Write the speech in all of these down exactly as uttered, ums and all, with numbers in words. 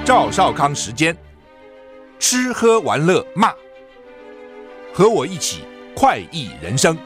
赵少康时间，吃喝玩乐骂，和我一起快意人生。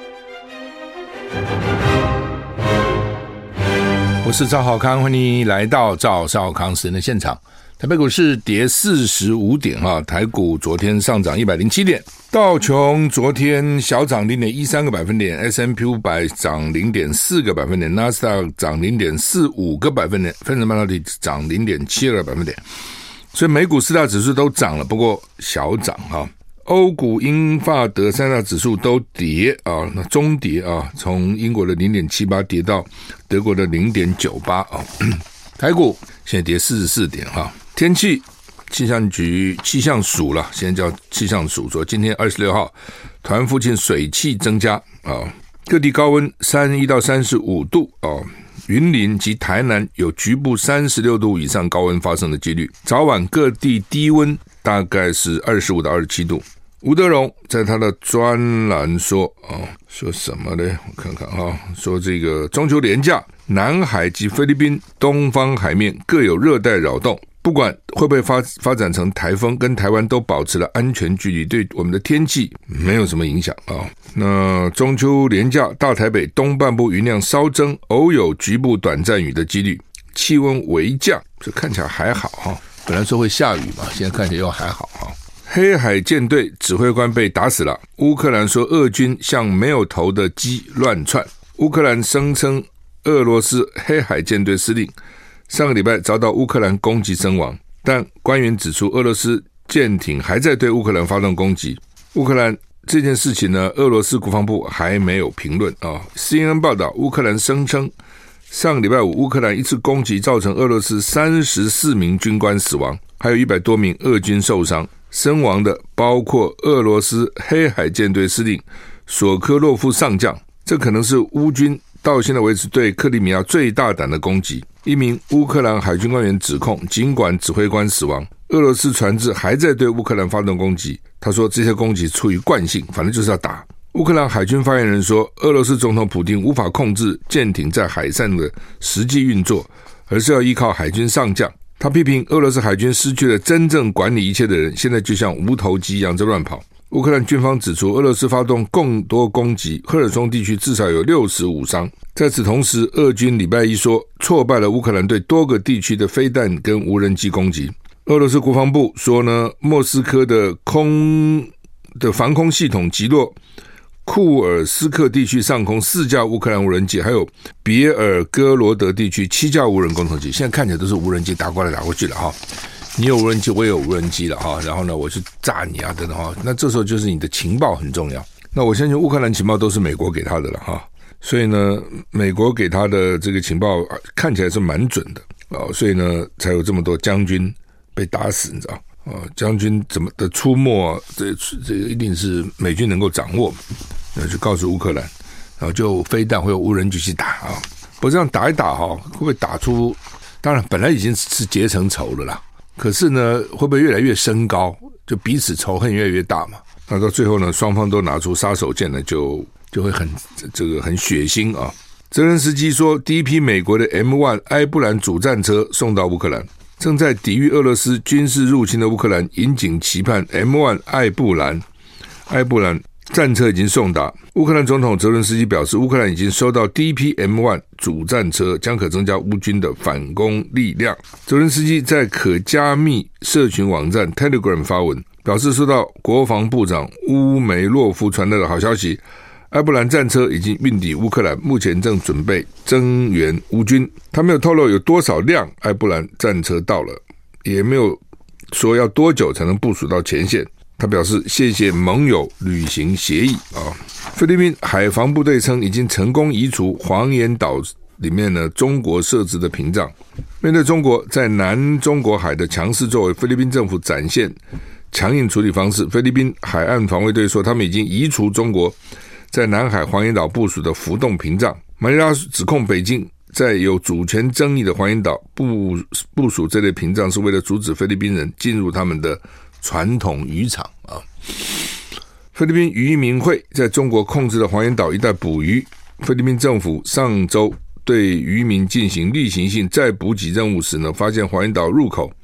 我是赵少康，欢迎来到赵少康时间的现场。台北股市跌四十五点哈，台股昨天上涨一百零七点，道琼昨天小涨 零点一三 个百分点， S and P 五百 涨 零点四 个百分点， 纳斯达克 涨 零点四五 个百分点，费城半导体涨 零点七二 个百分点，所以美股四大指数都涨了，不过小涨哈。欧股、英法德三大指数都跌啊，那中跌啊，从英国的 零点七八 跌到德国的 零点九八 啊。台股现在跌四十四点哈。天气气象局气象署了，现在叫气象署说，今天二十六号，台湾附近水汽增加啊，各地高温三十一到三十五度啊。云林及台南有局部三十六度以上高温发生的几率，早晚各地低温大概是二十五到二十七度。吴德荣在他的专栏说啊，说什么呢？我看看啊，说这个中秋连假，南海及菲律宾东方海面各有热带扰动，不管会不会 发, 发展成台风，跟台湾都保持了安全距离，对我们的天气没有什么影响啊。那中秋连假，大台北东半部云量稍增，偶有局部短暂雨的几率，气温微降，这看起来还好哈。本来说会下雨嘛，现在看起来又还好哈。黑海舰队指挥官被打死了，乌克兰说俄军像没有头的鸡乱窜。乌克兰声称俄罗斯黑海舰队司令上个礼拜遭到乌克兰攻击身亡，但官员指出俄罗斯舰艇还在对乌克兰发动攻击。乌克兰这件事情呢，俄罗斯国防部还没有评论啊。C N N 报道，乌克兰声称上个礼拜五乌克兰一次攻击造成俄罗斯三十四名军官死亡，还有一百多名俄军受伤，身亡的包括俄罗斯黑海舰队司令索科洛夫上将，这可能是乌军到现在为止对克里米亚最大胆的攻击。一名乌克兰海军官员指控，尽管指挥官死亡，俄罗斯船只还在对乌克兰发动攻击。他说这些攻击出于惯性，反正就是要打。乌克兰海军发言人说，俄罗斯总统普丁无法控制舰艇在海上的实际运作，而是要依靠海军上将。他批评俄罗斯海军失去了真正管理一切的人，现在就像无头鸡一样在乱跑。乌克兰军方指出，俄罗斯发动更多攻击，赫尔松地区至少有六十五伤。在此同时，俄军礼拜一说挫败了乌克兰对多个地区的飞弹跟无人机攻击。俄罗斯国防部说呢，莫斯科的空的防空系统击落库尔斯克地区上空四架乌克兰无人机，还有别尔哥罗德地区七架无人攻击机。现在看起来都是无人机打过来打过去了哈，你有无人机，我也有无人机了哈，然后呢，我去炸你啊等等哈。那这时候就是你的情报很重要。那我相信乌克兰情报都是美国给他的了哈，所以呢，美国给他的这个情报看起来是蛮准的啊，所以呢，才有这么多将军被打死，你知道啊？将军怎么的出没，这这一定是美军能够掌握。那就告诉乌克兰，然后就飞弹会有无人机去打啊！不这样打一打哈，会不会打出？当然，本来已经是结成仇了啦。可是呢，会不会越来越升高？就彼此仇恨越来越大嘛？那到最后呢，双方都拿出杀手锏呢，就就会很这个很血腥啊！泽连斯基说，第一批美国的 M 一 埃布兰主战车送到乌克兰，正在抵御俄罗斯军事入侵的乌克兰引颈期盼 M 一 埃布兰埃布兰。战车已经送达。乌克兰总统泽伦斯基表示，乌克兰已经收到第一批 M 一 主战车，将可增加乌军的反攻力量。泽伦斯基在可加密社群网站 Telegram 发文，表示收到国防部长乌梅洛夫传来的好消息，埃布兰战车已经运抵乌克兰，目前正准备增援乌军。他没有透露有多少辆埃布兰战车到了，也没有说要多久才能部署到前线。他表示谢谢盟友履行协议啊。菲律宾海防部队称已经成功移除黄岩岛里面呢中国设置的屏障。面对中国在南中国海的强势作为，菲律宾政府展现强硬处理方式。菲律宾海岸防卫队说，他们已经移除中国在南海黄岩岛部署的浮动屏障。马尼拉指控北京在有主权争议的黄岩岛部部署这类屏障，是为了阻止菲律宾人进入他们的传统渔场啊。菲律宾渔民会在中国控制的黄岩岛一带捕鱼，菲律宾政府上周对渔民进行例行性再补给任务时呢，发现黄岩岛入口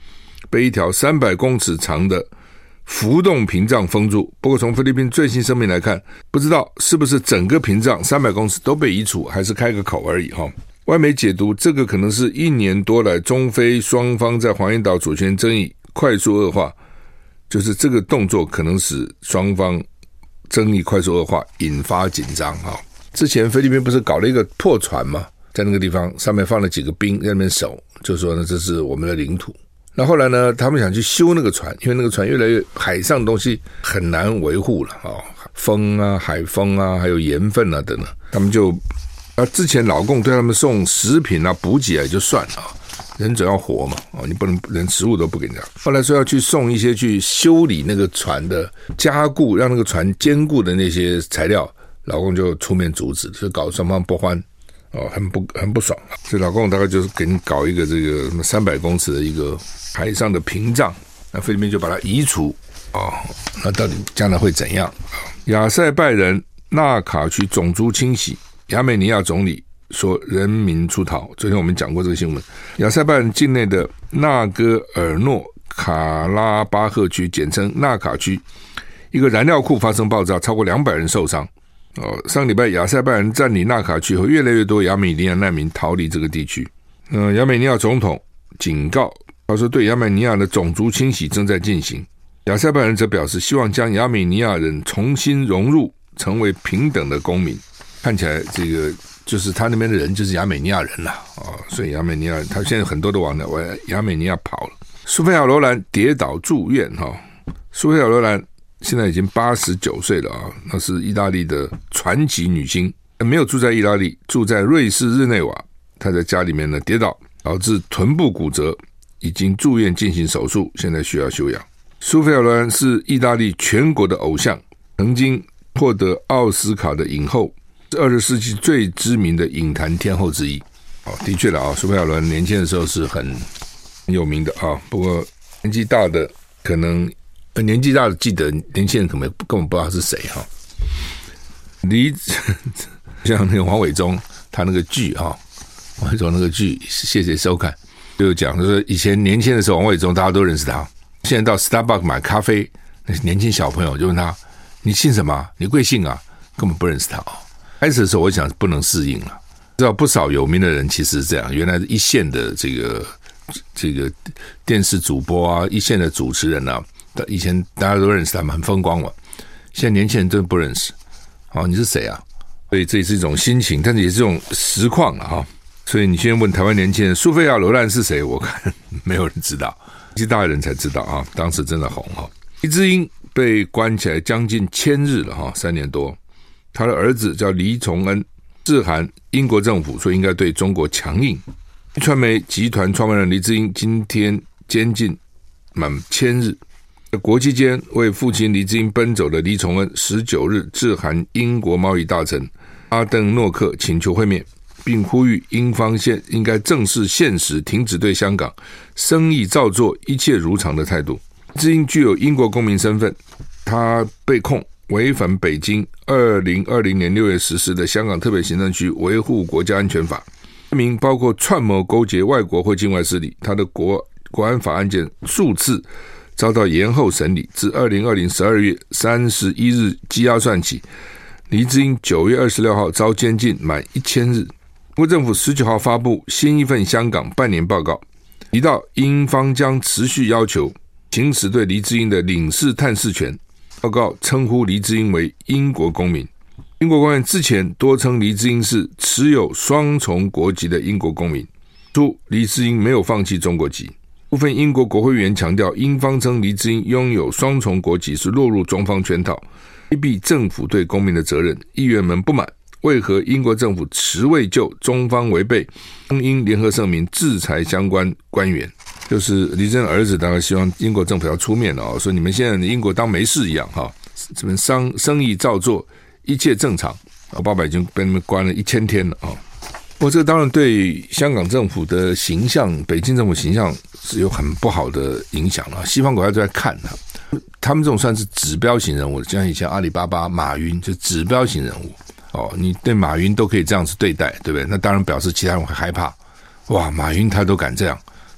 被一条三百公尺长的浮动屏障封住。不过从菲律宾最新声明来看，不知道是不是整个屏障三百公尺都被移除，还是开个口而已哈。外媒解读，这个可能是一年多来中菲双方在黄岩岛主权争议快速恶化，就是这个动作可能使双方争议快速恶化，引发紧张哈。之前菲律宾不是搞了一个破船吗？在那个地方上面放了几个兵在那边守，就说呢这是我们的领土。那后来呢，他们想去修那个船，因为那个船越来越海上的东西很难维护了啊，风啊、海风啊，还有盐分啊等等，他们就啊之前老共对他们送食品啊、补给啊也就算了啊，人总要活嘛啊，你不能连食物都不给人家。后来说要去送一些去修理那个船的加固，让那个船坚固的那些材料，老共就出面阻止，就搞双方不欢。哦，很不很不爽，所以老共大概就是给你搞一个这个什么三百公尺的一个海上的屏障，那菲律宾就把它移除哦，那到底将来会怎样？亚塞拜人纳卡区种族清洗，亚美尼亚总理说人民出逃。昨天我们讲过这个新闻，亚塞拜人境内的纳戈尔诺卡拉巴赫区，简称纳卡区，一个燃料库发生爆炸，超过两百人受伤。哦，上礼拜亚塞拜人占领纳卡区后，越来越多亚美尼亚难民逃离这个地区。呃，亚美尼亚总统警告，他说对亚美尼亚的种族清洗正在进行。亚塞拜人则表示，希望将亚美尼亚人重新融入，成为平等的公民。看起来这个就是他那边的人就是亚美尼亚人啦，哦，所以亚美尼亚他现在很多都往亚美尼亚跑了。苏菲亚罗兰跌倒住院哈、哦，苏菲亚罗兰现在已经八十九岁了啊，那是意大利的传奇女星，没有住在意大利，住在瑞士日内瓦。她在家里面呢跌倒，导致臀部骨折，已经住院进行手术，现在需要休养。苏菲亚罗兰是意大利全国的偶像，曾经获得奥斯卡的影后，是二十世纪最知名的影坛天后之一。哦，的确了啊，苏菲亚罗兰年轻的时候是很很有名的啊，不过年纪大的可能。年纪大的记得，年轻人可能根本不知道是谁哈。离像那个王伟忠他那个剧哈，王伟忠那个剧，谢谢收看，就讲说以前年轻的时候，王伟忠大家都认识他，现在到 Starbucks 买咖啡，那年轻小朋友就问他：“你姓什么？你贵姓啊？”根本不认识他哦。开始的时候，我想不能适应了，知道不少有名的人其实是这样，原来一线的这个这个电视主播啊，一线的主持人啊。以前大家都认识他们，很风光嘛。现在年轻人真的不认识。哦，你是谁啊？所以这也是一种心情，但是也是一种实况了哈。所以你现在问台湾年轻人苏菲亚罗兰是谁，我看没有人知道，年纪大的人才知道啊。当时真的红哈。黎智英被关起来将近千日了哈，三年多。他的儿子叫黎崇恩，致函英国政府说应该对中国强硬。传媒集团创办人黎智英今天监禁满千日。国际间为父亲黎智英奔走的黎崇恩十九日致函英国贸易大臣阿登诺克，请求会面，并呼吁英方现应该正视现实，停止对香港生意照做一切如常的态度。黎智英具有英国公民身份，他被控违反北京二零二零年六月实施的香港特别行政区维护国家安全法，罪名包括串谋勾结外国或境外势力。他的国国安法案件数次遭到延后审理，自二零二零年十二月三十一日羁押算起，黎智英九月二十六号遭监禁满一千日。中国政府十九号发布新一份香港半年报告，提到英方将持续要求行使对黎智英的领事探视权。报告称呼黎智英为英国公民。英国官员之前多称黎智英是持有双重国籍的英国公民，说黎智英没有放弃中国籍。部分英国国会议员强调，英方称黎智英拥有双重国籍是落入中方圈套，规避政府对公民的责任。议员们不满，为何英国政府迟未就中方违背中英联合声明制裁相关官员？就是黎智英儿子当然希望英国政府要出面了哦，说你们现在英国当没事一样哈，这边商生意照做，一切正常。爸爸已经被他们关了一千天了啊。不过这个当然对香港政府的形象，北京政府形象是有很不好的影响了。西方国家都在看他，他们这种算是指标型人物，就像以前阿里巴巴、马云就指标型人物哦。你对马云都可以这样子对待，对不对？那当然表示其他人会害怕。哇，马云他都敢这样，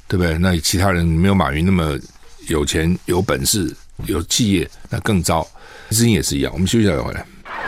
对不对？那其他人没有马云那么有钱、有本事、有企业，那更糟。资金也是一样。我们休息一下再回来。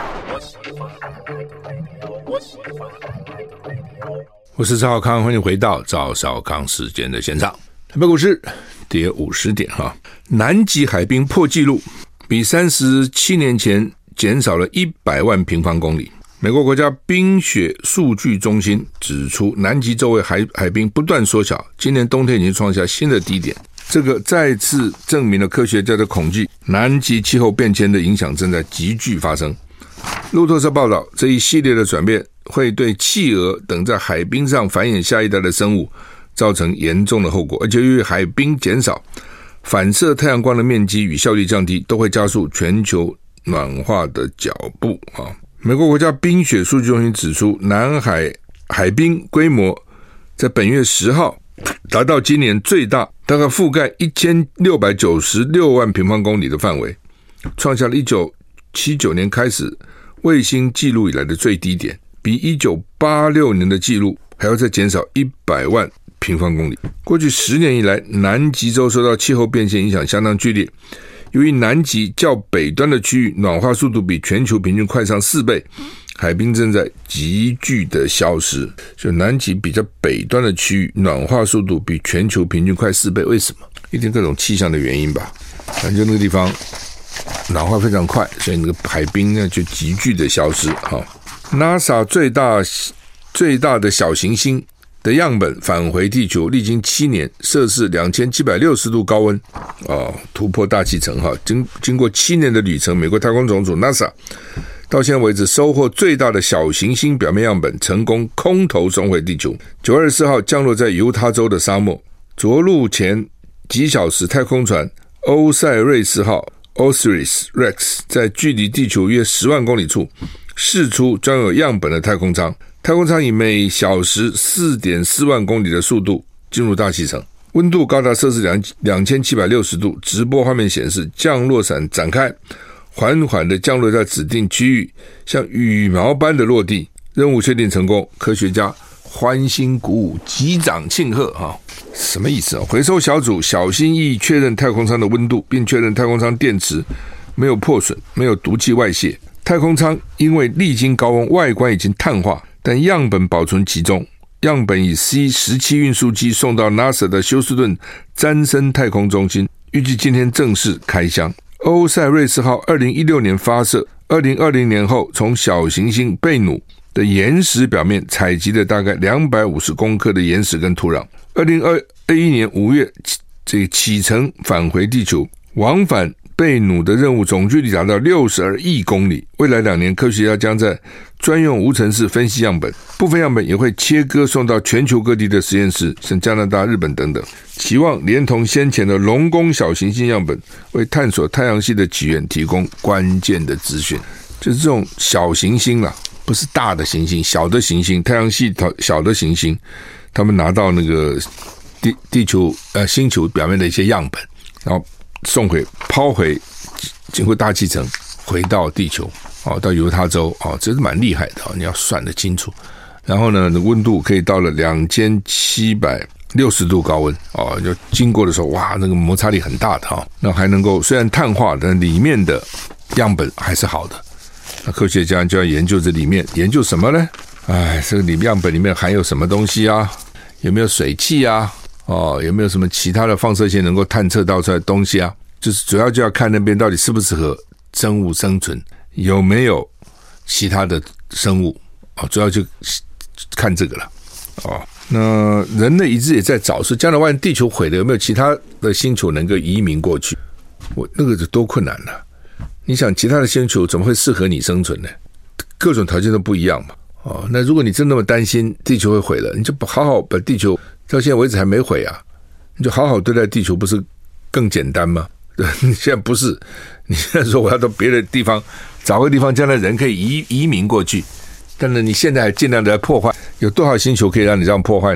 我是赵少康，欢迎回到赵少康时间的现场。台北股市跌五十点哈，南极海冰破纪录，比三十七年前减少了一百万平方公里。美国国家冰雪数据中心指出，南极周围海海冰不断缩小，今年冬天已经创下新的低点。这个再次证明了科学家的恐惧，南极气候变迁的影响正在急剧发生。路透社报道，这一系列的转变会对企鹅等在海冰上繁衍下一代的生物造成严重的后果，而且由于海冰减少，反射太阳光的面积与效率降低，都会加速全球暖化的脚步啊。美国国家冰雪数据中心指出，南海海冰规模在本月十号达到今年最大，大概覆盖一千六百九十六万平方公里的范围，创下了一九七九年开始卫星记录以来的最低点，比一九八六年的记录还要再减少一百万平方公里。过去十年以来，南极洲受到气候变迁影响相当剧烈，由于南极较北端的区域暖化速度比全球平均快上四倍，海冰正在急剧的消失。所以南极比较北端的区域暖化速度比全球平均快四倍，为什么？一定各种气象的原因吧。反正那个地方暖化非常快，所以那个海冰呢就急剧的消失。好 ，NASA 最大最大的小行星的样本返回地球，历经七年，摄氏两千七百六十度高温，哦，突破大气层哈。经经过七年的旅程，美国太空总署 NASA 到现在为止收获最大的小行星表面样本，成功空投送回地球。九月二十四号降落在犹他州的沙漠，着陆前几小时，太空船欧塞瑞斯号 Osiris Rex 在距离地球约十万公里处释出装有样本的太空舱。太空舱以每小时 四点四万公里的速度进入大气层，温度高达摄氏两千七百六十度。直播画面显示，降落伞展开，缓缓的降落在指定区域，像羽毛般的落地。任务确定成功，科学家欢欣鼓舞，击掌庆贺啊！什么意思啊？回收小组小心翼翼确认太空舱的温度，并确认太空舱电池没有破损，没有毒气外泄。太空舱因为历经高温，外观已经碳化，但样本保存其中。样本以 C 十七 运输机送到 NASA 的休斯顿詹森太空中心，预计今天正式开箱。欧塞瑞斯号二零一六年发射，二零二零年后从小行星贝努的岩石表面采集了大概两百五十公克的岩石跟土壤。二零二一年五月这启程返回地球，往返贝努的任务总距离达到六十二亿公里。未来两年，科学家将在专用无尘室分析样本，部分样本也会切割送到全球各地的实验室，像加拿大、日本等等，期望连同先前的龙宫小行星样本，为探索太阳系的起源提供关键的资讯。就是这种小行星啦，不是大的行星，小的行星，太阳系小的行星，他们拿到那个地地球呃星球表面的一些样本，然后送回抛回经过大气层回到地球，哦，到犹他州，哦，这是蛮厉害的，哦，你要算得清楚。然后呢，温度可以到了两千七百六十度高温，哦，就经过的时候，哇，那个摩擦力很大的，哦，那还能够虽然碳化，但里面的样本还是好的。那科学家就要研究这里面，研究什么呢？哎，这个里面样本里面含有什么东西啊？有没有水汽啊？哦，有没有什么其他的放射线能够探测到出来的东西啊？就是主要就要看那边到底适不适合生物生存，有没有其他的生物，哦，主要就看这个了。哦，那人类一直也在找，是将来万一地球毁了，有没有其他的星球能够移民过去？我那个是多困难啊！你想其他的星球怎么会适合你生存呢？各种条件都不一样嘛。哦，那如果你真那么担心地球会毁了，你就好好把地球到现在为止还没毁啊，你就好好对待地球，不是更简单吗？你现在不是，你现在说我要到别的地方找个地方，将来人可以移移民过去，但是你现在还尽量的来破坏，有多少星球可以让你这样破坏呢？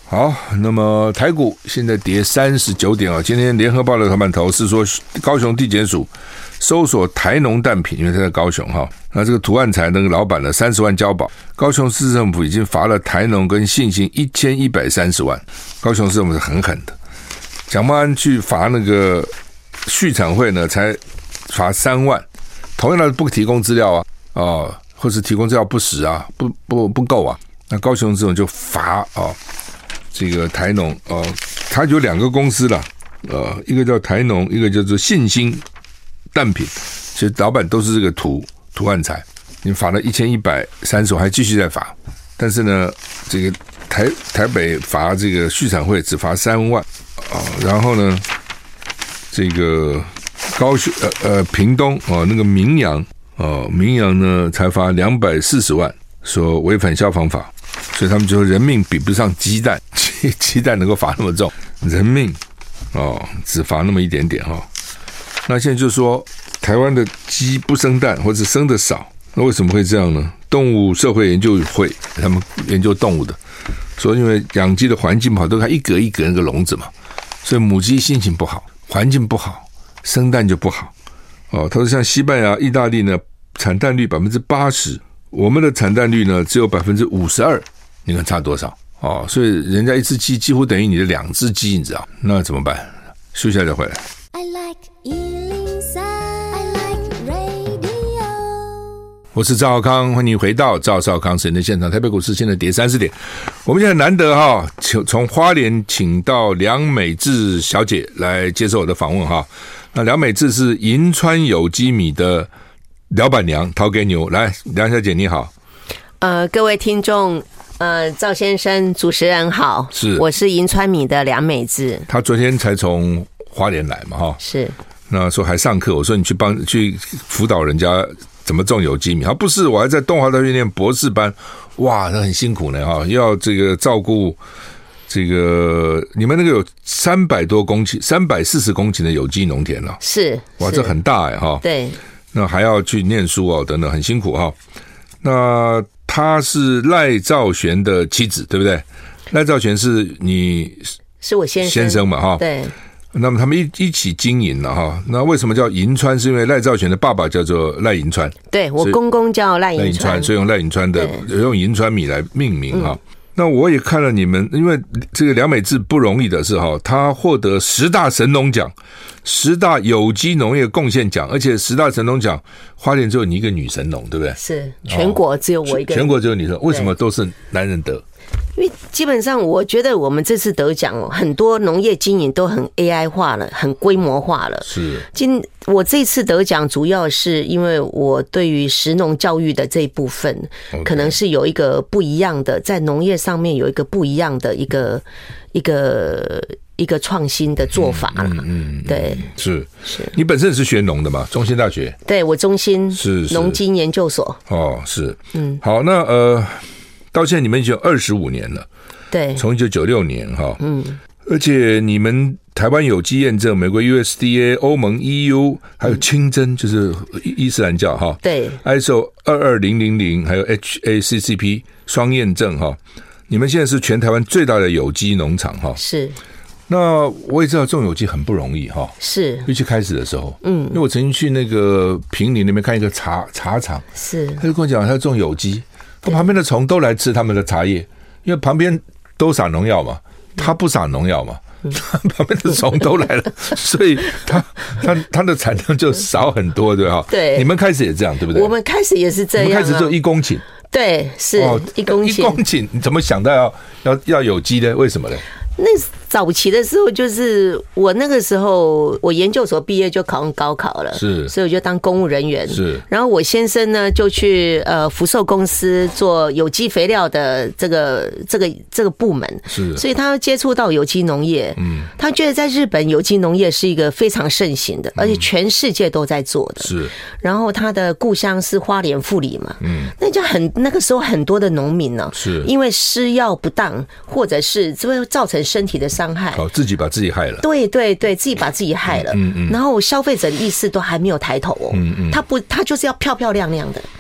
好，那么台股现在跌三十九点啊。今天联合报的头版头是说，高雄地检署搜索台农蛋品，因为他在高雄哈。那这个涂万才那个老板呢，三十万交保。高雄市政府已经罚了台农跟信兴一千一百三十万。高雄市政府是狠狠的，蒋万安去罚那个畜产会呢，才罚三万，同样的不提供资料啊，哦，或是提供资料不实啊，不不不够啊。那高雄市政府就罚啊。这个台农哦，它有两个公司啦，呃，一个叫台农，一个叫做信兴蛋品，其实老板都是这个涂涂万才，你罚了一千一百三十，还继续在罚，但是呢，这个台台北罚这个畜产会只罚三万啊、哦，然后呢，这个高雄呃呃屏东哦那个明阳哦明阳呢才罚两百四十万，说违反消防法。所以他们就说人命比不上鸡蛋，鸡蛋能够罚那么重，人命哦只罚那么一点点哈、哦。那现在就说台湾的鸡不生蛋或者生的少，那为什么会这样呢？动物社会研究会他们研究动物的说，因为养鸡的环境不好，都看一格一格那个笼子嘛，所以母鸡心情不好，环境不好，生蛋就不好哦。他说像西班牙、意大利呢，产蛋率百分之八十，我们的产蛋率呢只有百分之五十二。你看差多少哦？所以人家一只鸡几乎等于你的两只鸡，你知道？那怎么办？休息一下再回来。I like 一零三 I like radio。我是赵少康，欢迎回到赵少康时间的现场。台北股市现在跌三十点，我们现在难得哈，从花莲请到梁美智小姐来接受我的访问哈。那梁美智是银川有机米的老板娘陶给牛，来，梁小姐你好。 呃，各位听众。呃，赵先生，主持人好， 是， 我是银川米的梁美智。 他昨天才从花莲来嘛，哈，是。那时候还上课，我说你去帮去辅导人家怎么种有机米，他不是，我还在东华大学念博士班，哇，那很辛苦呢，哈，要这个照顾这个你们那个有三百多公顷、三百四十公顷的有机农田了， 是， 哇，这很大哎，哈， 对。 那还要去念书哦，等等，很辛苦哈。那她是赖兆玄的妻子，对不对？赖兆玄是你是我先生先生嘛，哈。 对。 那么他们一一起经营了哈。那为什么叫银川？是因为赖兆玄的爸爸叫做赖银川， 对我公公叫赖银川， 所以用赖银川的用银川米来命名哈。嗯，那我也看了你们，因为这个梁美智不容易的是哈，他获得十大神农奖、十大有机农业贡献奖，而且十大神农奖花莲只有你一个女神农，对不对？ 是全国只有我一个， 全国只有女神，为什么都是男人得？ 因为基本上我觉得我们这次得奖哦，很多农业经营都很 A I 化了，很规模化了。 是， 今我这次得奖主要是因为我对于食农教育的这一部分， okay. 可能是有一个不一样的，在农业上面有一个不一样的一个一个一个创新的做法了。嗯, 嗯, 嗯，对， 是是。你本身是学农的嘛？中兴大学？ 对，我中兴是农经研究所。 哦，是，嗯，好，那呃。到现在你们已经有二十五年了， 对， 从一九九六年哈，嗯，而且你们台湾有机验证，美国 U S D A、欧盟 E U， 还有清真，就是伊斯兰教哈， 对 ，I S O 二二零零零，还有 H A C C P 双验证哈，你们现在是全台湾最大的有机农场哈， 是。 那我也知道种有机很不容易哈， 是， 尤其开始的时候，嗯，因为我曾经去那个坪林那边看一个茶茶厂， 是， 他就跟我讲他种有机。旁边的虫都来吃他们的茶叶，因为旁边都撒农药嘛，他不撒农药嘛，嗯、旁边的虫都来了，所以他他他的产量就少很多，对吧？ 对， 你们开始也这样，对不对？ 我们开始也是这样、啊， 我们开始就一公顷， 对，是、哦、一公顷， 一公顷，你怎么想到要要要有机呢？为什么呢？ 那早期的时候，就是我那个时候，我研究所毕业就考上高考了， 是， 所以我就当公务人员。 是， 然后我先生呢，就去呃福寿公司做有机肥料的这个这个这个部门， 是， 所以他接触到有机农业，嗯，他觉得在日本有机农业是一个非常盛行的，而且全世界都在做的， 是。 然后他的故乡是花莲富里嘛，嗯，那就很那个时候很多的农民呢， 是因为施药不当，或者是这会造成身体的伤害， 好，自己把自己害了， 对对对，自己把自己害了，嗯嗯，然后消费者的意识都还没有抬头哦，嗯嗯，他不，他就是要漂漂亮亮的，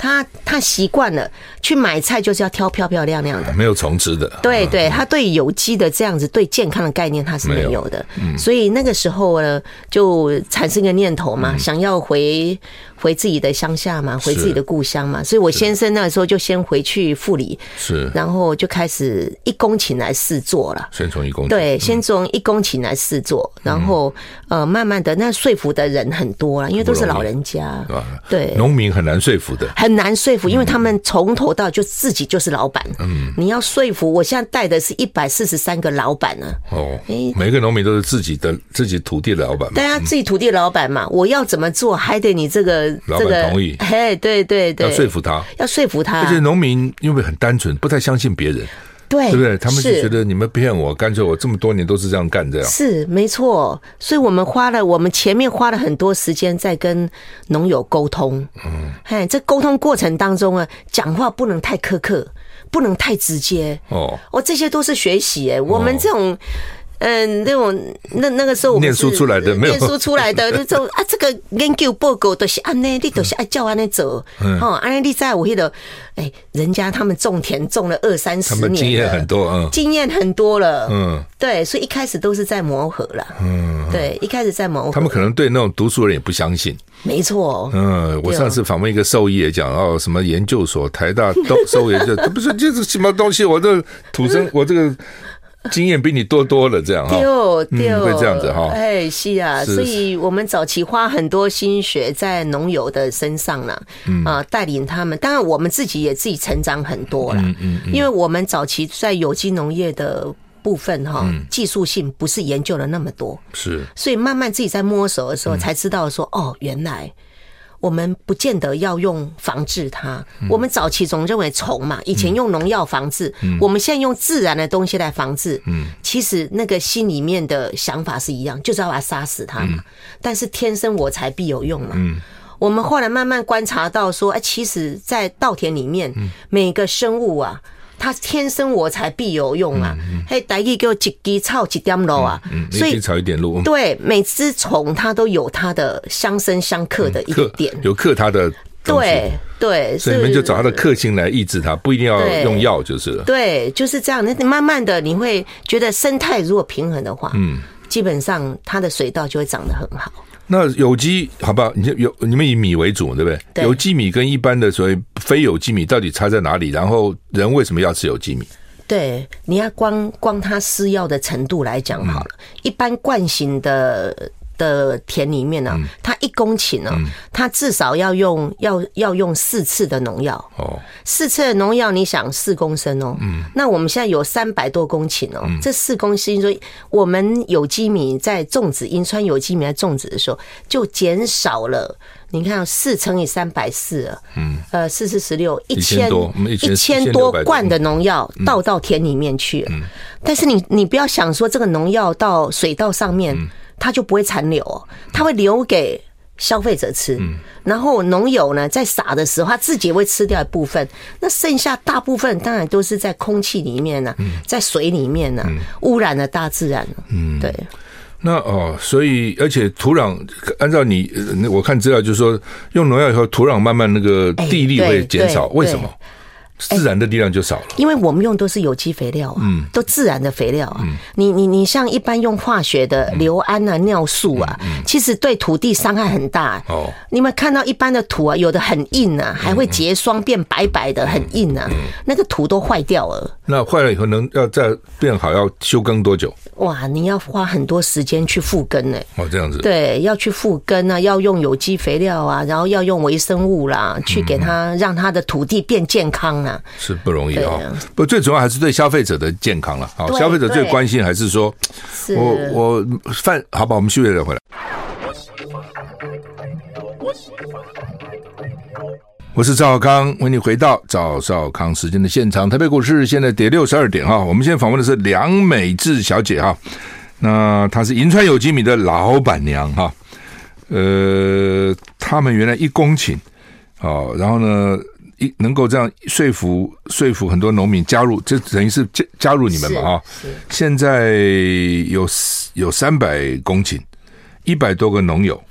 他他习惯了去买菜就是要挑漂漂亮亮的， 没有虫吃的。 对对，他对有机的这样子对健康的概念他是没有的，嗯、所以那个时候呢，就产生一个念头嘛，嗯、想要回回自己的乡下嘛，回自己的故乡嘛。所以我先生那个时候就先回去富里，是，然后就开始一公顷来试做了， 先从一公顷， 对，先从一公顷来试做，然后、嗯、呃，慢慢的那说服的人很多了，因为都是老人家，对， 农民很难说服的， 很难说服，因为他们从头到就自己就是老板，嗯，你要说服，我现在带的是一百四十三个老板呢， 哦，每个农民都是自己的自己土地的老板嘛， 对啊，自己土地的老板嘛，我要怎么做，还得你这个老板同意， 嘿，对对对， 要说服他， 要说服他， 而且农民因为很单纯，不太相信别人。 对， 对不对？他们就觉得你们骗我，干脆我这么多年都是这样干，这样是没错。所以我们花了，我们前面花了很多时间在跟农友沟通。嗯，哎，这沟通过程当中啊，讲话不能太苛刻，不能太直接。哦，哦，这些都是学习哎，我们这种。嗯，那种那那个时候我们念书出来的，没有念书出来的，就说啊，这个研究报告都是按呢，你都是按照按呢走，哦，按你在我记得，哎，人家他们种田种了二三十年，他们经验很多，嗯， 经验很多了，嗯，对，所以一开始都是在磨合了，嗯，对，一开始在磨合， 他们可能对那种读书人也不相信， 没错， 嗯，我上次访问一个兽医也讲哦，什么研究所、台大都兽医就这不是这是什么东西，我这土生我这个。经验比你多多了，这样哈， 对对、嗯， 会这样子哈， 哎，是啊，是所以我们早期花很多心血在农友的身上了，嗯啊，带领他们。当然，我们自己也自己成长很多了，嗯嗯嗯，因为我们早期在有机农业的部分哈，嗯、技术性不是研究了那么多， 是， 所以慢慢自己在摸索的时候，才知道说，嗯、哦，原来。我们不见得要用防治它，嗯、我们早期总认为虫嘛，以前用农药防治，嗯、我们现在用自然的东西来防治，嗯、其实那个心里面的想法是一样，就是要把它杀死它嘛。嗯、但是天生我材必有用嘛。嗯、我们后来慢慢观察到说，哎，其实，在稻田里面，嗯、每个生物啊。它天生我材必有用啊！嘿，台语叫一枝草一点露啊， 所以一枝草一点露。 对，每只虫它都有它的相生相克的一个点， 有克它的。 对对， 所以你们就找它的克性来抑制它，不一定要用药就是了。 对，就是这样。那慢慢的你会觉得生态如果平衡的话，嗯，基本上它的水稻就会长得很好。 那有机好不好？你有你们以米为主，对不对？对，有机米跟一般的所谓非有机米到底差在哪里？然后人为什么要吃有机米？ 对，你要光光它施药的程度来讲好了，嗯、一般惯性的。的田里面呢、啊，嗯、它一公顷呢、啊，嗯、它至少要用要要用四次的农药哦，四次的农药，你想四公升哦，嗯，那我们现在有三百多公顷哦，嗯、这四公升，所以我们有机米在种植银川有机米在种植的时候，就减少了。你看，四乘以三百四，嗯，呃，四四十六，一千一千多罐的农药倒到田里面去了。嗯、但是你你不要想说这个农药到水稻上面。嗯它就不会残留、哦，它会留给消费者吃。嗯、然后农友呢，在撒的时候，他自己也会吃掉一部分。那剩下大部分当然都是在空气里面呢、啊，嗯、在水里面呢、啊，嗯、污染了大自然。嗯，对。 那哦，所以而且土壤，按照你我看资料，就是说用农药以后，土壤慢慢那个地力会减少，为什么？自然的力量就少了， 因为我们用都是有机肥料啊，嗯，都自然的肥料啊。嗯、你你你像一般用化学的硫胺啊、尿素啊，嗯嗯、其实对土地伤害很大。哦，你们看到一般的土啊，有的很硬啊，还会结霜变白白的，很硬啊，嗯、那个土都坏掉了。 那坏了以后能要再变好，要休耕多久？ 哇，你要花很多时间去复耕呢、欸。 哦，这样子。 对，要去复耕啊，要用有机肥料啊，然后要用微生物啦，去给它让它的土地变健康啊。 是不容易啊、哦，不最主要还是对消费者的健康了。好，消费者最关心还是说，是我我饭好吧，我们休息再回来。我是赵少康，为你回到赵少康时间的现场。台北股市现在跌六十二点哈，我们现在访问的是梁美智小姐哈，那她是银川有机米的老板娘哈，呃，他们原来一公顷，哦，然后呢？能够这样说服说服很多农民加入，这等于是加加入你们嘛啊！现在有有三百公顷，一百多个农友，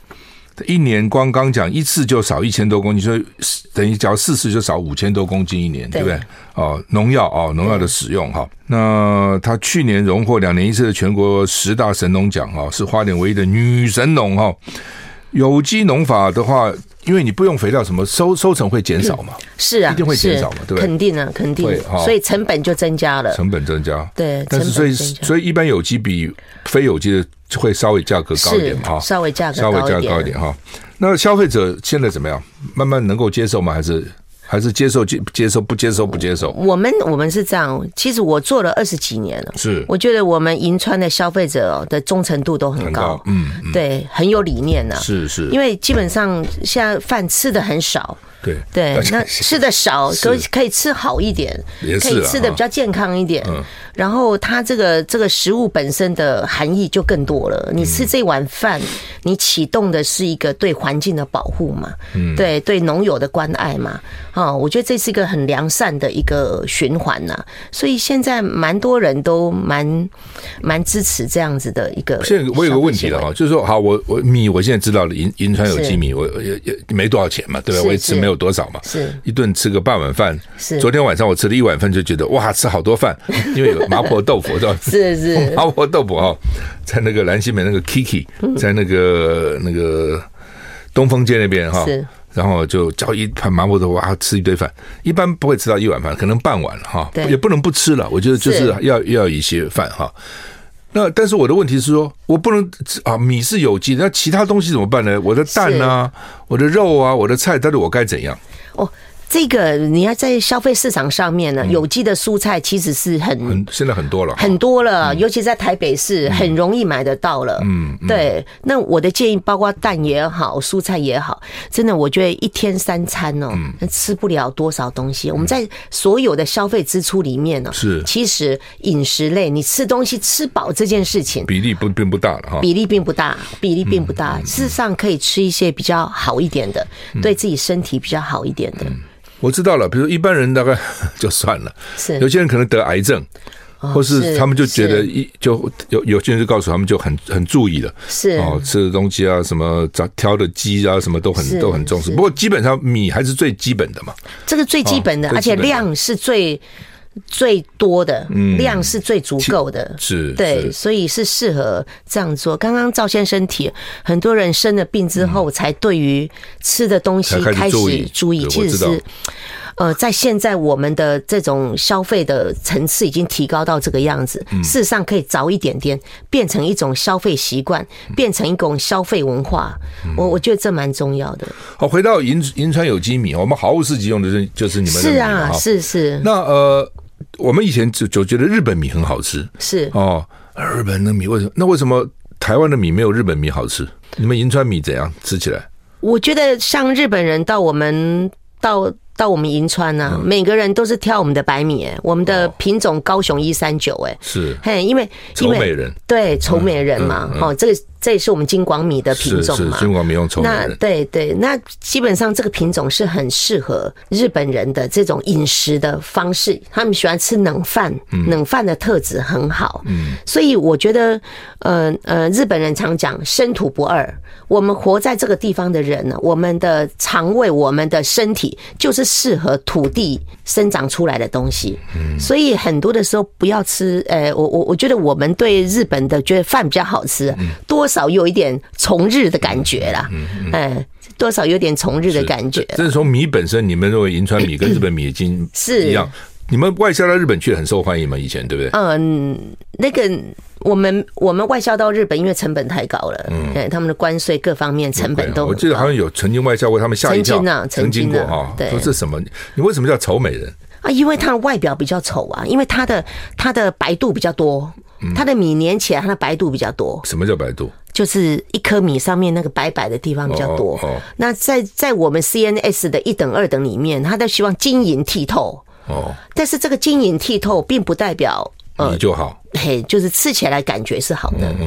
一年光刚讲一次就少一千多公斤，所以等于只要四次就少五千多公斤一年， 对, 对不对？哦，农药哦，农药的使用哈。那他去年荣获两年一次的全国十大神农奖哈，是花莲唯一的女神农哈。有机农法的话，因为你不用肥料，什么收收成会减少嘛？ 是啊， 一定会减少嘛，对不对？ 肯定啊，肯定。所以成本就增加了， 成本增加。 对， 但是所以所以一般有机比非有机的会稍微价格高一点哈， 稍微价格稍微价格高一点哈。那消费者现在怎么样？慢慢能够接受吗？还是？还是接受接受不接受不接受？ 我们我们是这样，其实我做了二十几年了， 是我觉得我们银川的消费者的忠诚度都很高，很高嗯, 嗯，对，很有理念呢、啊。 是是， 因为基本上现在饭吃的很少。 对对，那吃的少，可可以吃好一点，可以吃的比较健康一点。嗯、然后它这个这个食物本身的含义就更多了。你吃这碗饭，你启动的是一个对环境的保护嘛，嗯、对对农友的关爱嘛。哦，我觉得这是一个很良善的一个循环呐、啊。所以现在蛮多人都蛮蛮支持这样子的一个。 现在我有个问题了哈，就是说，好，我我米我现在知道了，银银川有机米，我也也没多少钱嘛，对吧？我也吃没有。有多少嘛？ 是一顿吃个半碗饭。 是昨天晚上我吃了一碗饭，就觉得哇，吃好多饭，因为有麻婆豆腐， 是是麻婆豆腐哦，在那个兰心美那个 Kiki， 在那个那个东风街那边哈， 是， 然后就叫一盘麻婆豆腐，哇，吃一堆饭，一般不会吃到一碗饭，可能半碗哈，也不能不吃了。我觉得就是要要一些饭哈。那但是我的问题是说，我不能啊，米是有机的，那其他东西怎么办呢？我的蛋啊，我的肉啊，我的菜，到底我该怎样？ 哦，这个你要在消费市场上面呢，有机的蔬菜其实是很很现在很多了， 很多了，尤其在台北市很容易买得到了。嗯，对。那我的建议，包括蛋也好，蔬菜也好，真的，我觉得一天三餐哦，吃不了多少东西。我们在所有的消费支出里面呢， 是其实饮食类，你吃东西吃饱这件事情比例不并不大了哈， 比例并不大，比例并不大。事实上，可以吃一些比较好一点的，对自己身体比较好一点的。 我知道了，比如一般人大概就算了， 是有些人可能得癌症，哦、或是他们就觉得一就有有些人就告诉他们就很很注意了， 是哦，吃的东西啊，什么挑的鸡啊，什么都很都很重视。不过基本上米还是最基本的嘛， 这个最基本的，哦、而且量是最。最多的量是最足够的， 嗯、是对，所以是适合这样做。刚刚赵先生提，很多人生了病之后，才对于吃的东西开始注意，其实是。呃，在现在我们的这种消费的层次已经提高到这个样子，事实上可以早一点点变成一种消费习惯，变成一种消费文化。我我觉得这蛮重要的。 好，回到银银川有机米，我们毫无市集用的是就是你们的米， 是啊，是是。 那呃，我们以前就就觉得日本米很好吃， 是哦，日本的米为什么？那为什么台湾的米没有日本米好吃？你们银川米怎样吃起来？ 我觉得像日本人到我们到。到我们银川啊，每个人都是挑我们的白米，哎，我们的品种高雄一三九，哎， 是， 嘿，因为丑美人， 对，丑美人嘛，哦，这个这也是我们金广米的品种嘛， 是金广米用丑美人， 那对对，那基本上这个品种是很适合日本人的这种饮食的方式，他们喜欢吃冷饭，冷饭的特质很好，嗯，所以我觉得，呃呃，日本人常讲生土不二，我们活在这个地方的人呢，我们的肠胃，我们的身体就是适合土地生长出来的东西，嗯，所以很多的时候不要吃，呃，我我我觉得我们对日本的觉得饭比较好吃，多少有一点从日的感觉啦，哎，多少有点从日的感觉。 这是从米本身，你们认为银川米跟日本米已经一样？你们外销到日本去很受欢迎吗？以前对不对？ 嗯，那个我们我们外销到日本，因为成本太高了，嗯，对，他们的关税各方面成本都很高。 我记得好像有曾经外销过，他们吓一跳， 曾经啊， 曾经过哈，对，说这什么？你为什么叫丑美人啊？因为它的外表比较丑啊，因为它的它的白度比较多，它的米粘起来，它的白度比较多。 什么叫白度？ 就是一颗米上面那个白白的地方比较多。哦哦、那在在我们 C N S 的一等二等里面，它都希望晶莹剔透。哦，但是这个晶莹剔透并不代表呃米就好， 嘿，就是吃起来感觉是好的。嗯嗯，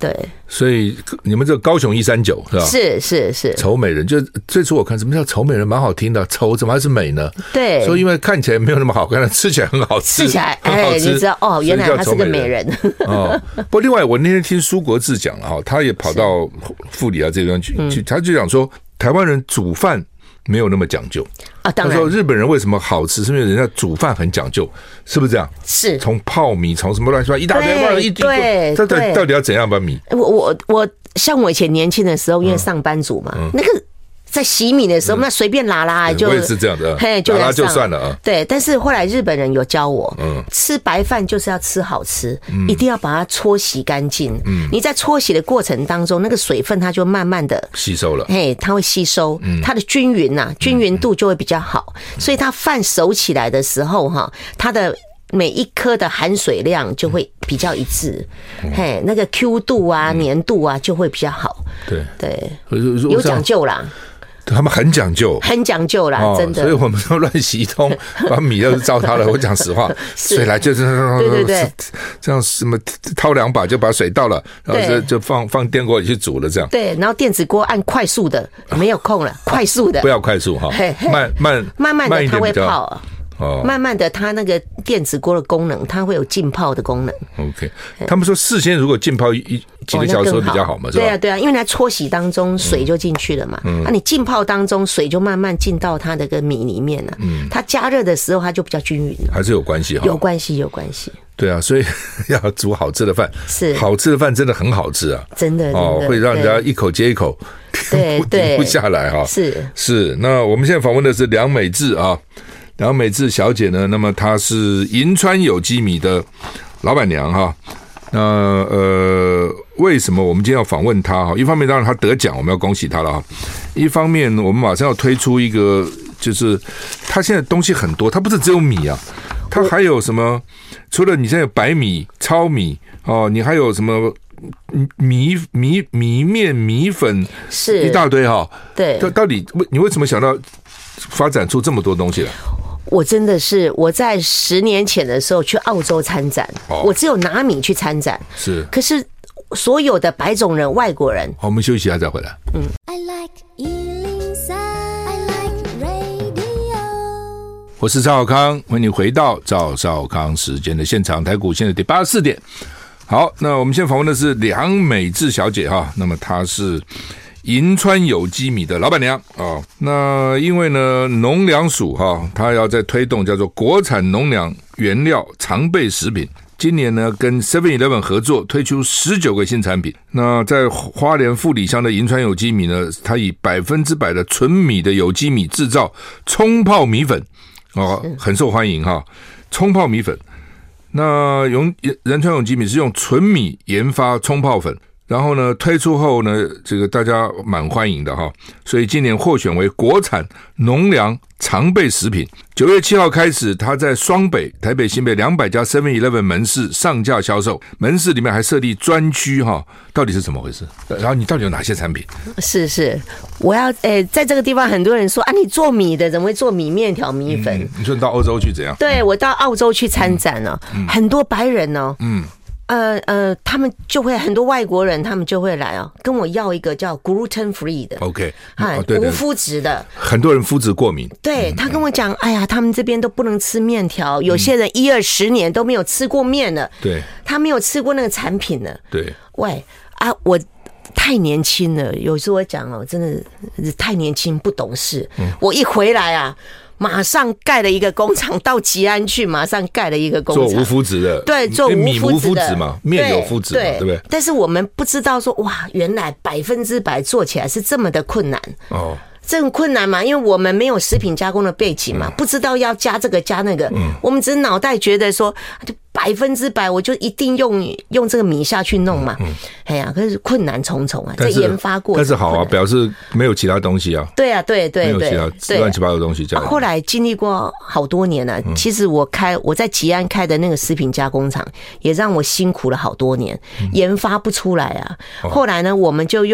对， 所以你们这个高雄一三九是吧？ 是是是， 丑美人，就最初我看什么叫丑美人，蛮好听的，丑怎么还是美呢？ 对， 所以因为看起来没有那么好看，吃起来很好吃， 吃起来哎，你知道哦，原来她是个美人哦。不过另外，我那天听苏国志讲了哈，他也跑到富里啊这边去，嗯、他就讲说台湾人煮饭没有那么讲究啊。当然， 他说日本人为什么好吃，是因为人家煮饭很讲究，是不是这样？ 是， 从泡米，从什么乱七八糟一大堆，一堆， 对， 这到底要怎样把米？ 我我我，像我以前年轻的时候，因为上班族嘛，嗯、那个。在洗米的时候，那随便拉拉就， 我也是这样的， 嘿，就拉拉就算了啊。 对，但是后来日本人有教我，嗯，吃白饭就是要吃好吃，嗯、一定要把它搓洗干净。嗯，你在搓洗的过程当中，那个水分它就慢慢的吸收了， 嘿，它会吸收，嗯、它的均匀呐、啊，均匀度就会比较好，嗯、所以它饭熟起来的时候哈，它的每一颗的含水量就会比较一致，嗯、嘿，那个 Q 度啊、粘度啊就会比较好。 对对，有讲究啦。 他们很讲究， 很讲究啦，哦、真的。 所以我们都乱洗一通，把米要是糟蹋了。我讲实话，水来就是对对对， 这样什么掏两把就把水倒了，然后就就放放电锅里去煮了，这样。 对，然后电子锅按快速的，没有空了，快速的， 不要快速哈，慢慢慢慢的它会泡。哦，慢慢的，它那个电子锅的功能，它会有浸泡的功能。 OK， 他们说事先如果浸泡一几个小时会比较好嘛，是吧？ 对啊，对啊，因为它搓洗当中水就进去了嘛，嗯，啊，你浸泡当中水就慢慢进到它的个米里面了，嗯，它加热的时候它就比较均匀了， 还是有关系哈， 有关系，有关系。 对啊，所以要煮好吃的饭，是好吃的饭真的很好吃啊， 真的哦，会让人家一口接一口， 对对， 停不下来哈。 是是，那我们现在访问的是梁美智啊。梁美智小姐呢，那么她是银川有机米的老板娘哈。那呃，为什么我们今天要访问她哈？一方面当然她得奖，我们要恭喜她了哈。一方面我们马上要推出一个，就是她现在东西很多，她不是只有米啊，她还有什么？除了你现在有白米、糙米哦，你还有什么米米米面、米粉， 是一大堆哈。 对， 到底你为什么想到发展出这么多东西来？ 我真的是我在十年前的时候去澳洲参展，哦、我只有拿米去参展， 是。 可是所有的白种人、外国人， 好，我们休息一下再回来。嗯。I like 一零三 I like radio。我是赵少康，欢迎你回到赵少康时间的现场。台股现在第八十四点。好，那我们现在访问的是梁美智小姐哈，那么她是银川有机米的老板娘啊、哦，那因为呢，农粮署哈，它要在推动叫做国产农粮原料常备食品。今年呢，跟 seven eleven 合作推出十九个新产品。那在花莲富里乡的银川有机米呢，它以百分之百的纯米的有机米制造冲泡米粉哦，很受欢迎哈。冲泡米粉，那用仁川有机米是用纯米研发冲泡粉。然后呢，推出后呢，这个大家蛮欢迎的哈，所以今年获选为国产农粮常备食品。九月七号开始，它在双北、台北、新北两百家 seven eleven 门市上架销售，门市里面还设立专区哈，到底是怎么回事？然后你到底有哪些产品？ 是是，我要诶，在这个地方很多人说啊，你做米的怎么会做米面条、米粉？ 嗯、你说你到欧洲去怎样？ 对，我到澳洲去参展了、哦嗯，很多白人哦。嗯。呃呃，他们就会很多外国人，他们就会来哦，跟我要一个叫 gluten free 的 ，OK， 哦、对无麸质的。很多人麸质过敏， 对、嗯、他跟我讲，哎呀，他们这边都不能吃面条，有些人一二十年都没有吃过面了，对，他没有吃过那个产品了， 对， 喂啊，我太年轻了，有时候我讲哦，真的太年轻不懂事，嗯、我一回来啊。马上盖了一个工厂，到吉安去，马上盖了一个工厂， 做无麸质的， 对，做无麸质的嘛，面有麸质嘛，对不对？ 但是我们不知道说，哇，原来百分之百做起来是这么的困难哦。这很困难嘛，因为我们没有食品加工的背景嘛，嗯、不知道要加这个加那个，嗯、我们只是脑袋觉得说，就百分之百我就一定用用这个米下去弄嘛。嗯嗯、哎呀，可是困难重重啊，在研发过程。 但是好啊，表示没有其他东西啊。 对啊，对对对， 没有其他乱七八糟的东西加、啊。 后来经历过好多年了、啊嗯，其实我开我在吉安开的那个食品加工厂，也让我辛苦了好多年，嗯、研发不出来啊。哦、后来呢，我们就用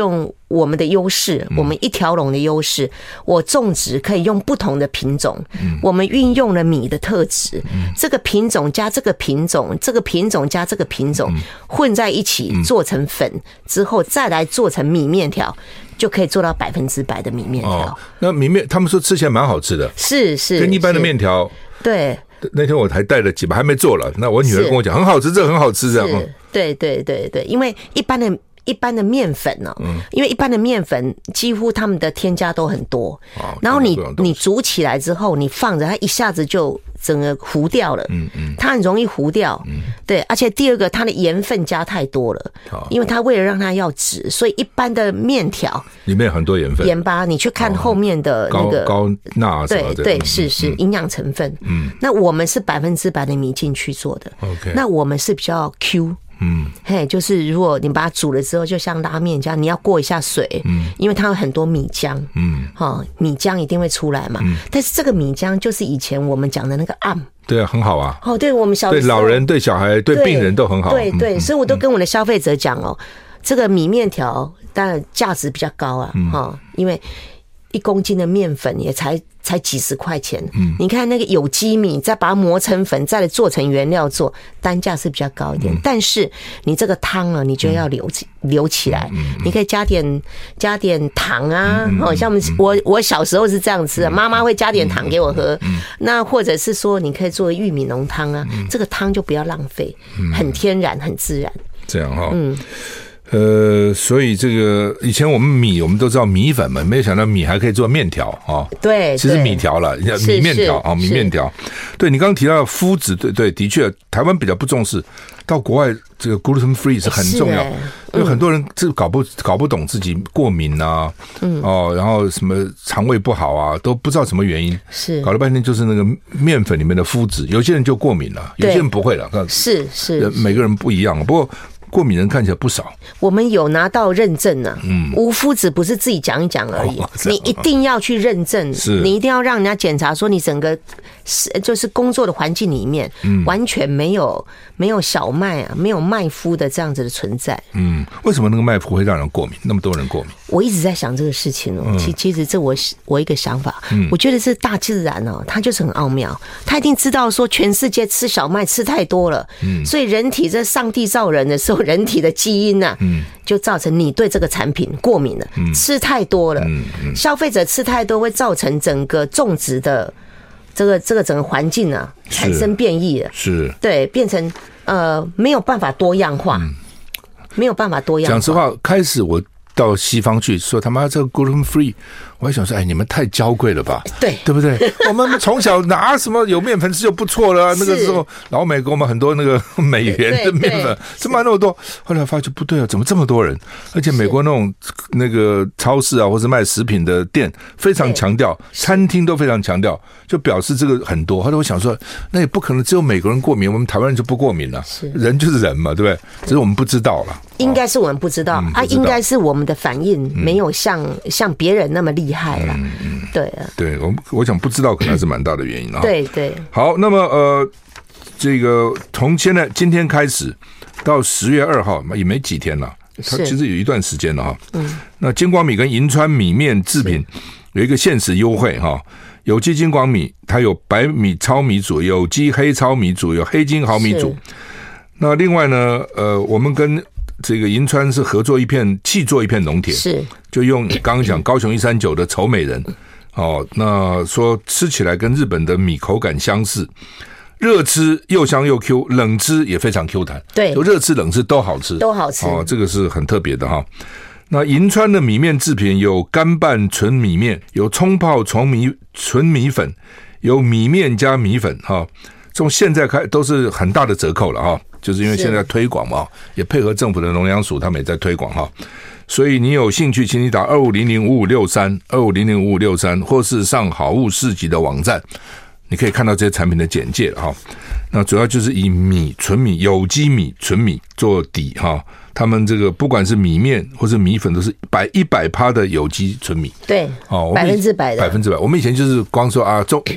我们的优势，我们一条龙的优势，我种植可以用不同的品种，我们运用了米的特质，这个品种加这个品种，这个品种加这个品种混在一起做成粉之后，再来做成米面条，就可以做到百分之百的米面条。哦， 那米面他们说吃起来蛮好吃的， 是是， 跟一般的面条对。 那天我还带了几把，还没做了。那我女儿跟我讲，很好吃，这个很好吃，这样。 对对对对，因为一般的。一般的面粉呢、哦，因为一般的面粉几乎他们的添加都很多，然后你你煮起来之后，你放着它一下子就整个糊掉了，嗯嗯，它很容易糊掉，嗯，对，而且第二个它的盐分加太多了，因为它为了让它要直，所以一般的面条里面很多盐分， 盐巴，你去看后面的那个高钠， 对对是是营养成分，嗯，那我们是百分之百的米进去做的 ，OK， 那我们是比较 Q。嗯，嘿，就是如果你把它煮了之后，就像拉面这样，你要过一下水，嗯，因为它有很多米浆，嗯，哈，米浆一定会出来嘛，嗯，但是这个米浆就是以前我们讲的那个暗， 对啊，很好啊， 哦，对我们小对老人、对小孩、对病人都很好， 对对，所以我都跟我的消费者讲哦，这个米面条当然价值比较高啊，哈，因为一公斤的面粉也才才几十块钱，嗯，你看那个有机米，再把它磨成粉，再来做成原料做，单价是比较高一点。嗯、但是你这个汤啊，你就要留起、嗯、留起来、嗯，你可以加点加点糖啊，嗯、哦，像我们我我小时候是这样吃的，妈妈会加点糖给我喝。嗯、那或者是说，你可以做玉米浓汤啊，嗯、这个汤就不要浪费，很天然，很自然。 这样哈，嗯。呃，所以这个以前我们米我们都知道米粉嘛，没有想到米还可以做面条啊。 对， 其实米条了，米面条啊，米面条。对你刚刚提到麸质，对对，的确，台湾比较不重视，到国外这个 gluten free 是很重要，因为很多人这搞不搞不懂自己过敏啊，嗯哦，然后什么肠胃不好啊，都不知道什么原因， 是搞了半天就是那个面粉里面的麸质，有些人就过敏了，有些人不会了， 是是， 每个人不一样，不过。过敏人看起来不少， 我们有拿到认证啊。嗯，无麸质不是自己讲一讲而已，哦、你一定要去认证，你一定要让人家检查说你整个就是工作的环境里面，嗯、完全没有没有小麦啊，没有麦麸的这样子的存在。 嗯，为什么那个麦麸会让人过敏？那么多人过敏？ 我一直在想这个事情哦。嗯、其其实这我我一个想法，嗯、我觉得是大自然哦，它就是很奥妙，它一定知道说全世界吃小麦吃太多了，嗯、所以人体在上帝造人的时候。人体的基因啊，嗯，就造成你对这个产品过敏了，嗯、吃太多了，嗯嗯、消费者吃太多会造成整个种植的这个这个整个环境啊产生变异了， 是， 对，变成呃没有办法多样化，嗯、没有办法多样化。 讲实话，开始我到西方去说他妈这个 gluten free。我还想说，哎，你们太娇贵了吧？ 对， 对不对？我们从小拿什么有面粉吃就不错了、啊。那个时候，老美给我们很多那个美元的面粉，怎么那么多？后来发觉不对啊，怎么这么多人？而且美国那种那个超市啊，或者卖食品的店非常强调，餐厅都非常强调，就表示这个很多。后来我想说，那也不可能只有美国人过敏，我们台湾人就不过敏了。人就是人嘛，对不对？只是我们不知道了。 应该是我们不知道、嗯、啊，应该是我们的反应没有像、嗯、像别人那么厉害了。嗯嗯，对啊， 对我我想不知道可能是蛮大的原因啊。 对对， 好，那么呃，这个从现在今天开始到十月二号也没几天了，它其实有一段时间了哈。嗯，那金广米跟银川米面制品有一个限时优惠哈。有机金广米它有白米糙米组，有机黑糙米组，有黑金毫米组。那另外呢，呃，我们跟这个银川是合作一片契作一片农田，是就用刚刚讲高雄一三九的丑美人哦，那说吃起来跟日本的米口感相似，热吃又香又 Q， 冷吃也非常 Q 弹， 对， 就热吃冷吃都好吃， 都好吃哦，这个是很特别的哈。那银川的米面制品有干拌纯米面，有冲泡纯米纯米粉，有米面加米粉哈。从现在开都是很大的折扣了哈，就是因为现在推广嘛，也配合政府的农粮署，他们也在推广哈。所以你有兴趣，请你打二五零零五五六三二五零零五五六三，或是上好物市集的网站，你可以看到这些产品的简介哈。那主要就是以米纯米有机米纯米做底哈，他们这个不管是米面或是米粉都是百一百趴的有机纯米， 对，哦，百分之百的， 百分之百。我们以前就是光说啊中。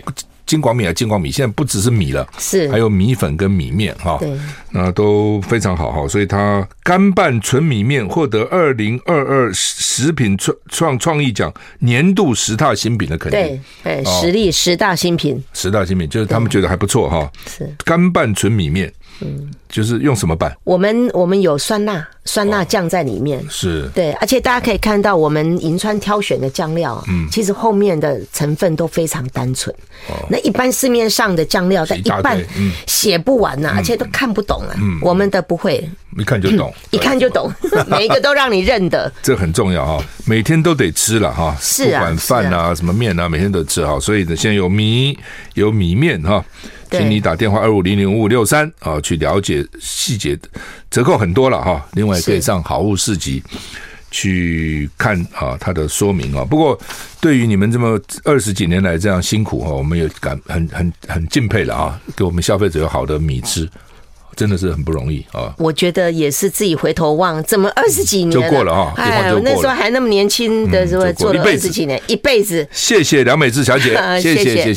金广米啊，金广米现在不只是米了， 是还有米粉跟米面哈， 对， 那都非常好哈，所以它干拌纯米面获得二零二二食品创创创意奖年度十大新品的肯定， 对，哎，实力十大新品， 十大新品就是他们觉得还不错哈， 是干拌纯米面。嗯，就是用什么拌？ 我们我们有酸辣酸辣酱在里面，哦、 是对，而且大家可以看到我们银川挑选的酱料，嗯，其实后面的成分都非常单纯。哦、那一般市面上的酱料在一半写不完呐、啊，嗯、而且都看不懂啊。嗯、我们的不会， 一看就懂， 嗯、一看就懂，每一个都让你认得。 这很重要哈，每天都得吃了哈， 是啊， 不管饭啊、啊什么面啊，每天都吃哈。所以呢，现在有米有米面哈。请你打电话二五零零五五六三啊，去了解细节，折扣很多了哈。另外可以上好物市集去看啊它的说明啊。不过对于你们这么二十几年来这样辛苦哈，我们也感很很很敬佩了啊，给我们消费者有好的米吃。真的是很不容易啊！ 我觉得也是自己回头望，怎么二十几年就过了啊？ 哎，我那时候还那么年轻的，是吧？做了二十几年，一辈子。 谢谢梁美智小姐，谢谢谢谢。